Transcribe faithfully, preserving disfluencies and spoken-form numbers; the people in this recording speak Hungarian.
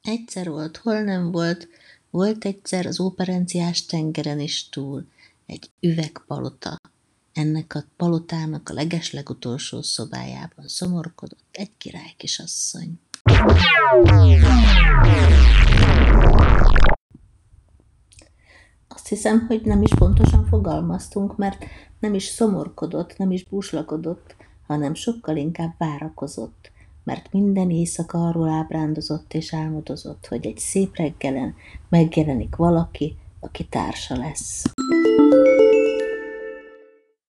Egyszer volt, hol nem volt, volt egyszer az óperenciás tengeren is túl egy üvegpalota. Ennek a palotának a legeslegutolsó szobájában szomorkodott egy királykisasszony. Azt hiszem, hogy nem is pontosan fogalmaztunk, mert nem is szomorkodott, nem is búslakodott, hanem sokkal inkább várakozott, mert minden éjszaka arról ábrándozott és álmodozott, hogy egy szép reggelen megjelenik valaki, aki társa lesz.